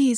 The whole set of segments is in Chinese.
第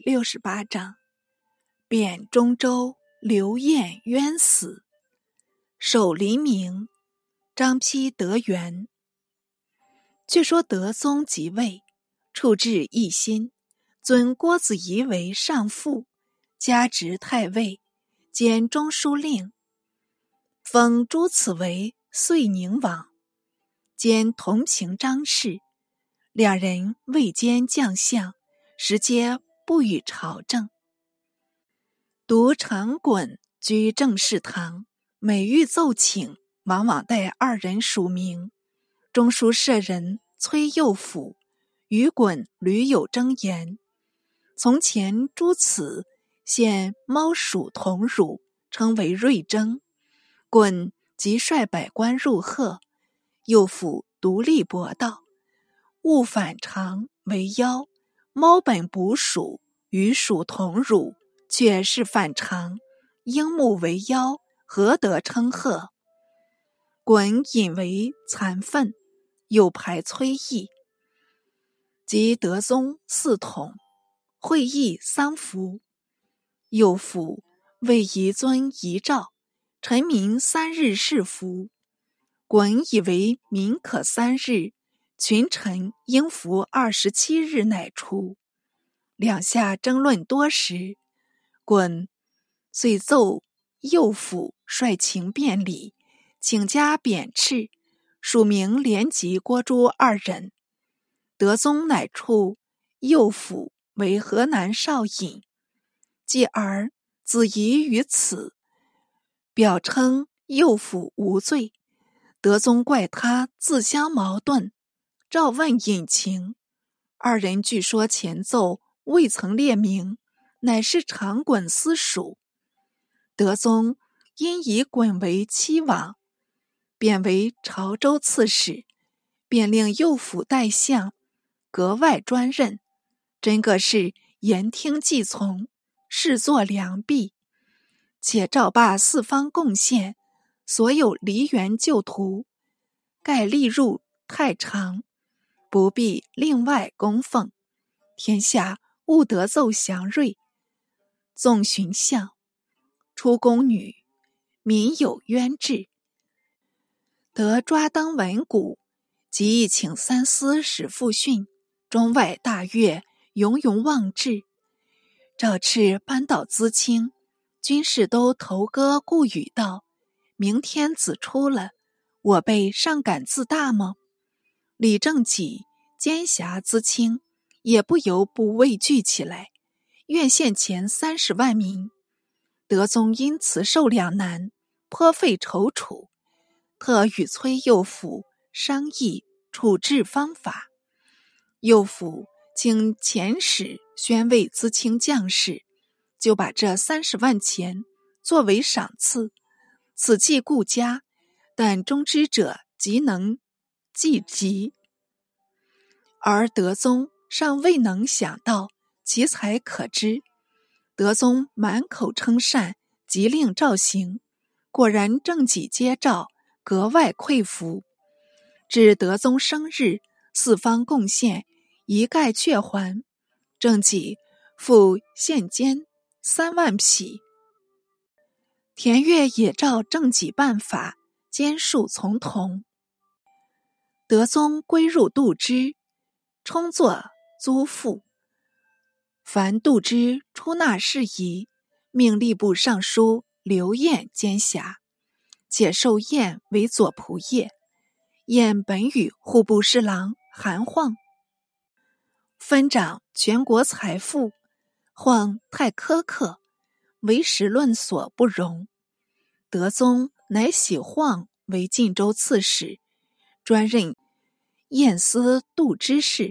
468章，贬中州，刘晏冤死。守黎明，张丕得元。据说德宗即位，处置一新，尊郭子仪为上父，加职太尉，兼中书令，封朱此为遂宁王，兼同平章事。两人位兼将相，实皆不与朝政。独常衮居政事堂，每遇奏请，往往带二人署名。中书舍人崔右辅与衮屡有争言。从前诸此现猫鼠同乳，称为瑞征。衮即率百官入贺，右辅独立驳道：物反常为妖，猫本捕鼠，与鼠同乳，却是反常，应目为妖，何得称贺？衮引为残愤，又排崔毅。及德宗嗣统，会议丧服，右辅为遗尊遗诏，臣民3日侍服。衮以为民可3日，群臣应服27日乃出。两下争论多时，衮遂奏右辅率情辩理，请加贬斥，署名连及郭朱二人。德宗乃处右辅为河南少尹，继而子仪于此，表称右辅无罪。德宗怪他自相矛盾，召问隐情，二人据说前奏未曾列明，乃是常衮私属。德宗因以衮为妻王，贬为潮州刺史，便令右辅代相，格外专任，真个是言听计从，视作良弼。且诏罢四方贡献，所有梨园旧图，盖立入太常，不必另外供奉。天下务得奏祥瑞，纵寻相，出宫女，民有冤志。得抓登文谷，即意请三司使复训，中外大悦，永永忘志。诏敕班导资清，军士都投歌顾语道：明天子出了，我辈尚敢自大吗？李正己奸侠资清，也不由不畏惧起来，愿献前30万民。德宗因此受两难，颇费踌躇，特与崔右辅商议处置方法。右辅请遣使宣慰资清将士，就把这30万钱作为赏赐，此计固佳，但忠之者即能济急。而德宗尚未能想到其才可知。德宗满口称善，即令照行，果然正己接诏，格外愧服。至德宗生日，四方贡献一概却还，正己付现监3万匹。田悦也照正己办法，兼数从同。德宗归入度支，充作租赋。凡度支出纳事宜，命吏部尚书刘晏监辖，且授晏为左仆射。晏本与户部侍郎韩晃分掌全国财富，晃太苛刻，为时论所不容。德宗乃喜晃为晋州刺史，专任晏司度支事。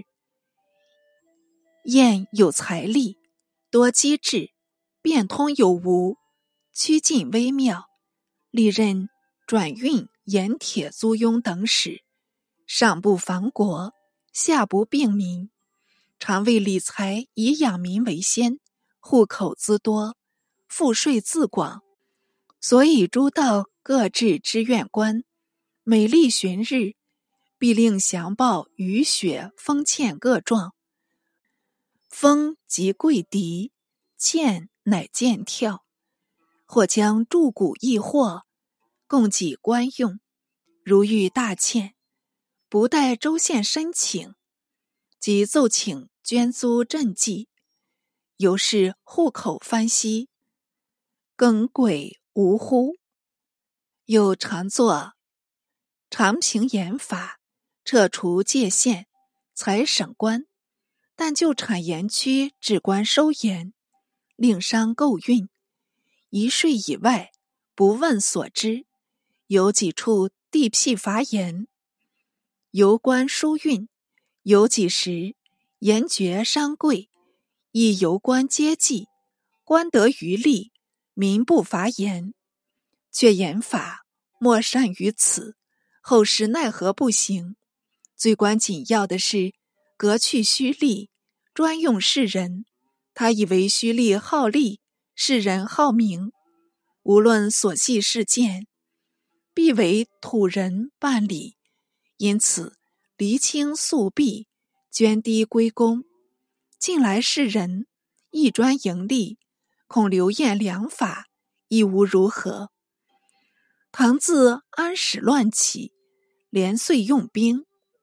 晏有财力，多机智，变通有无，趋近微妙，历任转运、盐铁租庸等使，上不防国，下不并民，常为理财以养民为先，户口资多，赋税自广，所以诸道各置知院官，每历旬日，必令详报雨雪风欠各状。 风即贵敌，剑乃剑跳。或将铸骨易货，供给官用。如遇大欠，不待州县申请，即奏请捐租赈济。由是户口翻息，耿鬼无乎？又常作常平严法，撤除界限，裁省官，但就产盐区治官收盐，令商购运，一税以外，不问所知。有几处地辟伐盐，由官输运，有几时盐爵商贵，亦由官接济，官得余利，民不伐盐。却盐法莫善于此，后世奈何不行？最关紧要的是革去虚吏，专用士人。他以为虚吏好利，士人好名，无论所系事件，必为土人办理，因此厘清素弊，捐低归公。近来世人亦专盈利，恐刘晏良法，亦无如何。唐自安史乱起，连岁用兵，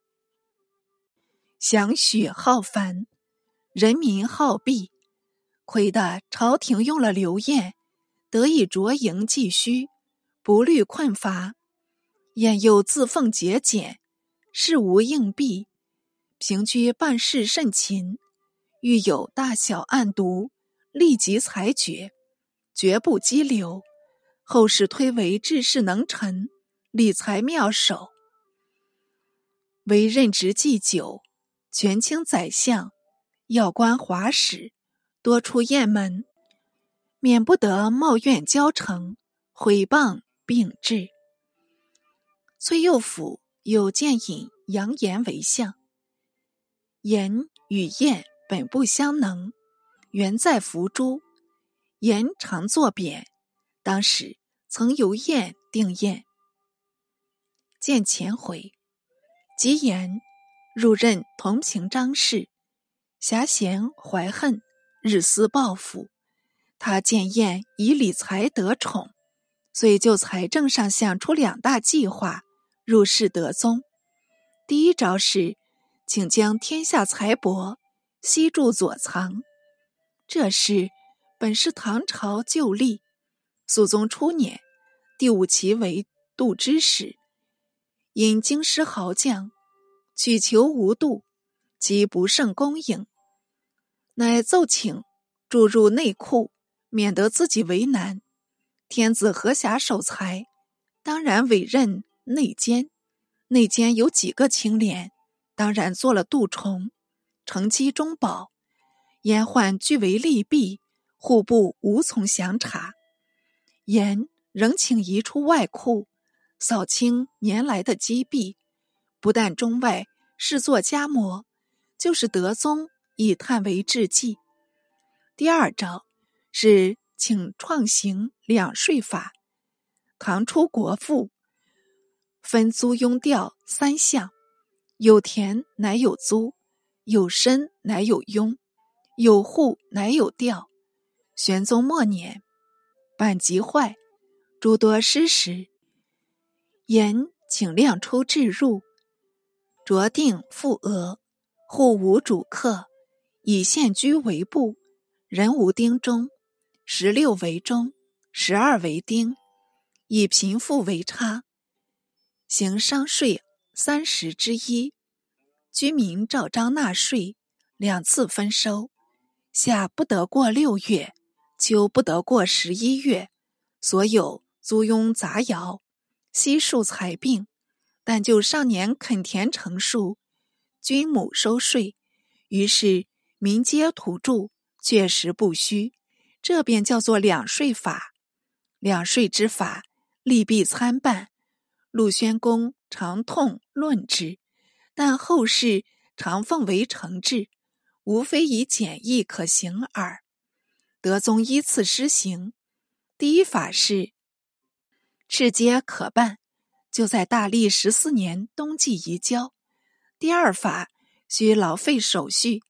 享许好繁，人民好弊，亏得朝廷用了刘晏，得以着营继虚，不虑困乏。晏又自奉节俭，事无应弊，平居办事甚勤，遇有大小案牍，立即裁决，绝不激流。后世推为治世能臣，理财妙手。为任职既久，权倾宰相，要官华使，多出雁门，免不得冒怨交成，毁谤并治。崔右辅有荐引杨炎为相，炎与晏本不相能，原在伏诛。炎常作贬，当时曾由晏定晏。见前回，及炎入任同平章事，遐嫌怀恨，日思报复。他见晏以理财得宠，遂就财政上想出2大计划，入仕德宗。第一招是请将天下财帛悉著左藏。这事本是唐朝旧例，肃宗初年，第5期为度支使，因京师豪将取求无度，即不胜供应，乃奏请注入内库，免得自己为难。天子何暇守财，当然委任内监。内监有几个清廉，当然做了蠹虫，乘机中饱。言患俱为利弊，户部无从详查。言仍请移出外库，扫清年来的积弊，不但中外视作家模，就是德宗以探为治计。第二招是请创行2税法。唐初国赋分租庸调3项，有田乃有租，有身乃有庸，有户乃有调。玄宗末年，版籍坏，诸多失实，言请量出置入，酌定赋额，户无主客，以县居为部，人无丁中，16为中，12为丁，以贫富为差，行商税1/30，居民照章纳税，2次分收，夏不得过6月，秋不得过11月，所有租庸杂徭，悉数裁并。但就上年垦田成树，均亩收税，于是民皆土著，确实不虚。这便叫做2税法。2税之法，利弊参半，陆宣公常痛论之，但后世常奉为成制，无非以简易可行耳。德宗依次施行。第一法是敕皆可办，就在大历14年冬季移交。第二法需劳费手续，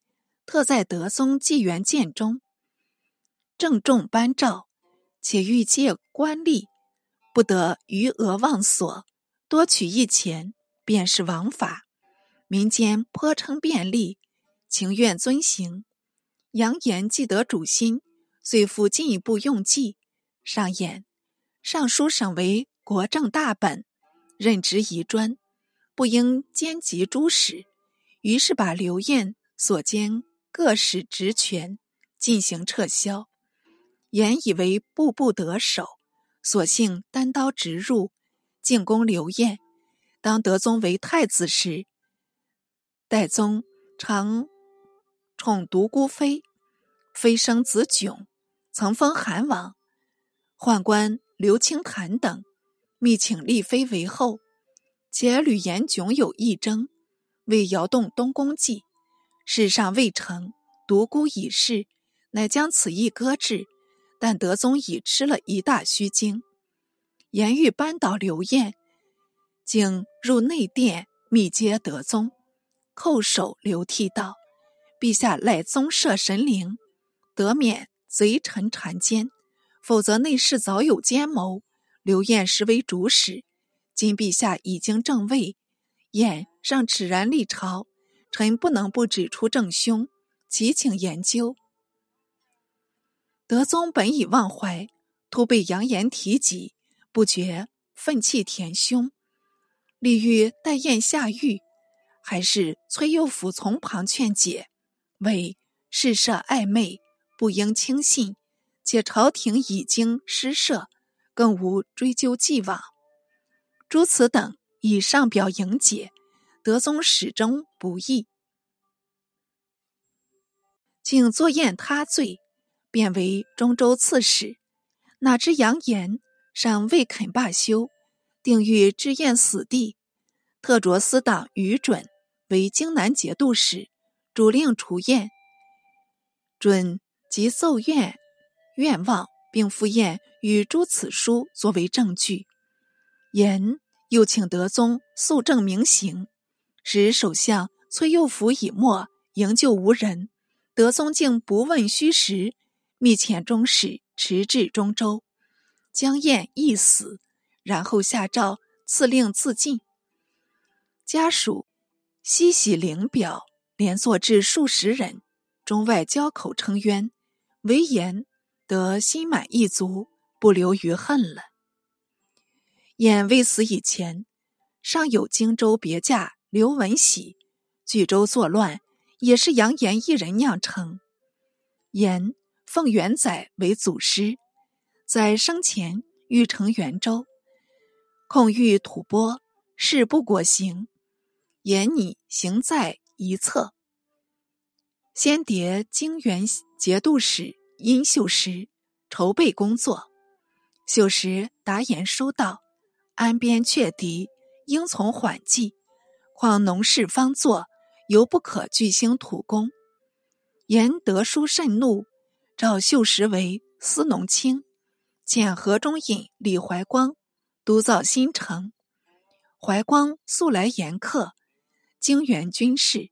特在德宗纪元鉴中郑重颁诏，且欲借官吏，不得余额忘所，多取一钱，便是王法。民间颇称便利，情愿遵行。扬言既得主心，遂复进一步用计。上言尚书省为国政大本，任职宜专，不应兼及诸使，于是把刘晏所兼各使职权进行撤销。言以为步步得手，索性单刀直入，进攻刘晏。当德宗为太子时，代宗常宠独孤妃，妃生子迥，曾封韩王。宦官刘清谈等密请立妃为后，且吕延迥有议争，为摇动东宫计，事尚未成，独孤已逝，乃将此意搁置。但德宗已吃了一大虚惊，言欲扳倒刘晏，竟入内殿密接德宗，叩首流涕道：陛下赖宗社神灵，得免贼臣缠奸，否则内侍早有奸谋，刘晏实为主使。今陛下已经正位，晏尚耻然立朝，臣不能不指出正凶，祈请研究。德宗本已忘怀，突被扬言提及，不觉愤气填胸，立欲待晏下狱，还是崔佑甫从旁劝解，为事涉暧昧，不应轻信，且朝廷已经失赦，更无追究既往。诸此等以上表迎解，德宗始终不义，竟作验他罪，便为中州刺史。哪知扬言尚未肯罢休，定欲知晏死地，特着司党于准为荆南节度使，主令除晏。准即奏愿望，并附晏与诸此书作为证据。言又请德宗速正明刑，使首相崔佑甫已没，营救无人。德宗竟不问虚实，密遣中使驰至中州，将晏缢死，然后下诏赐令自尽。家属悉喜领表，连作至数十人，中外交口称冤，唯言得心满意足，不留余恨了。晏未死以前，尚有荆州别驾刘文喜，巨州作乱，也是扬言一人酿成。言奉元载为祖师，在生前欲成元州，控欲吐蕃，事不果行，言拟行在一侧。先迭荆原节度使殷秀实筹备工作，秀实答言收到，安边却敌，应从缓计，况农事方作，犹不可巨兴土工。言得书甚怒，召秀实为司农卿，遣河中尹李怀光督造新城。怀光素来严苛，经原军事，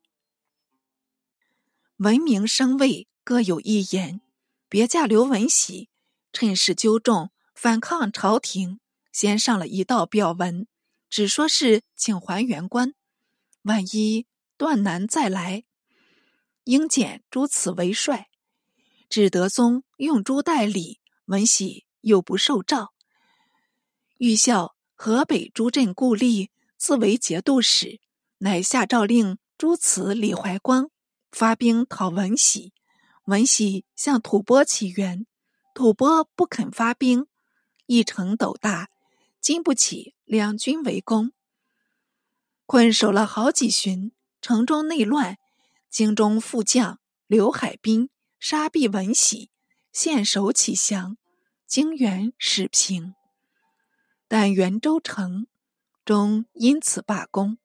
闻名声位各有一言。别驾刘文喜趁势纠众反抗朝廷，先上了一道表文，只说是请还原官，万一断难再来，应检诸此为帅。至德宗用诸代理，文喜又不受诏，欲效河北诸镇故吏自为节度使，乃下诏令诸此李怀光发兵讨文喜。文喜向吐蕃起援，吐蕃不肯发兵，一城斗大，经不起两军围攻，困守了好几旬，城中内乱，京中副将刘海滨杀毙文喜，献首起降，京原始平。但元州城终因此罢工。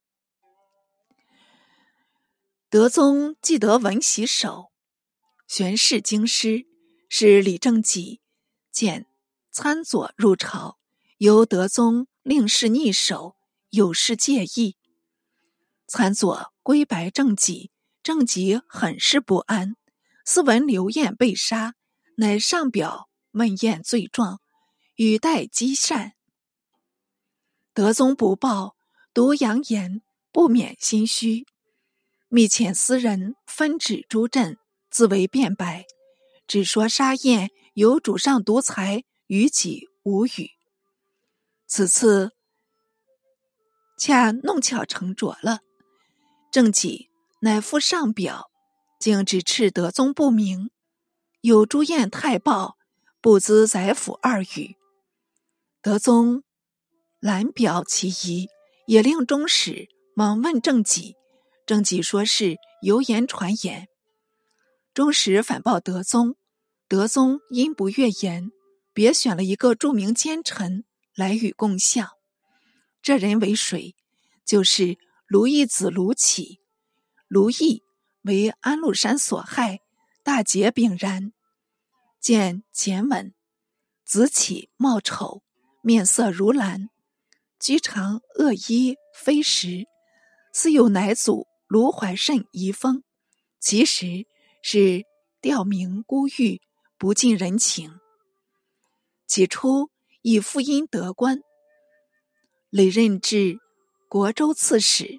德宗既得文喜首，旋释京师，使李正己见参佐入朝，由德宗令事逆首，有事介意。参佐归白正己， 郑己很是不安，斯闻刘晏被杀，乃上表问晏罪状，语带积善。德宗不报，独扬言，不免心虚，密遣私人分指诸镇，自为辩白，只说沙晏有主上独裁，与己无语。此次恰弄巧成拙了，郑己乃复上表，竟只斥德宗不明，有诛燕太报，不资宰辅二语。德宗览表其疑，也令中使忙问郑己，郑己说是流言传言。中使反报德宗，德宗因不悦言，别选了一个著名奸臣来与共相。这人为谁？就是卢义子卢杞。卢义为安禄山所害，大节炳然，见简吻。子杞貌丑，面色如蓝，居常恶衣非时，似有乃祖卢怀慎遗风，其实是吊民孤玉，不近人情。起初以复因得官，累任至国州刺史，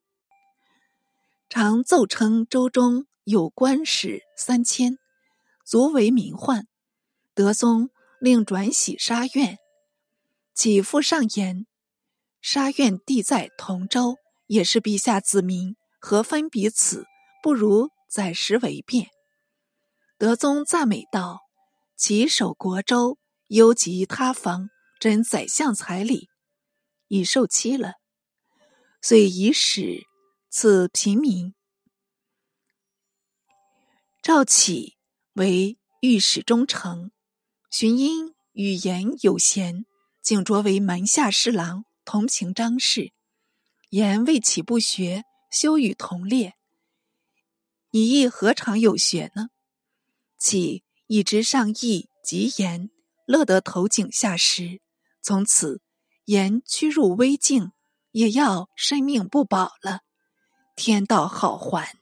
常奏称州中有官使3000，足为民患。德宗令转徙沙苑，起复上言，沙苑地在同州，也是陛下子民，何分彼此，不如载食为便。德宗赞美道，其守国州，忧及他方，真宰相彩礼，已受期了，遂以使赐平民。赵启为御史中丞，荀因语言有贤，竟擢为门下侍郎，同平章事。言为启不学，修与同列，你亦何尝有学呢？启一直上义及言，乐得头颈下实，从此言屈入危境，也要生命不保了，天道好还。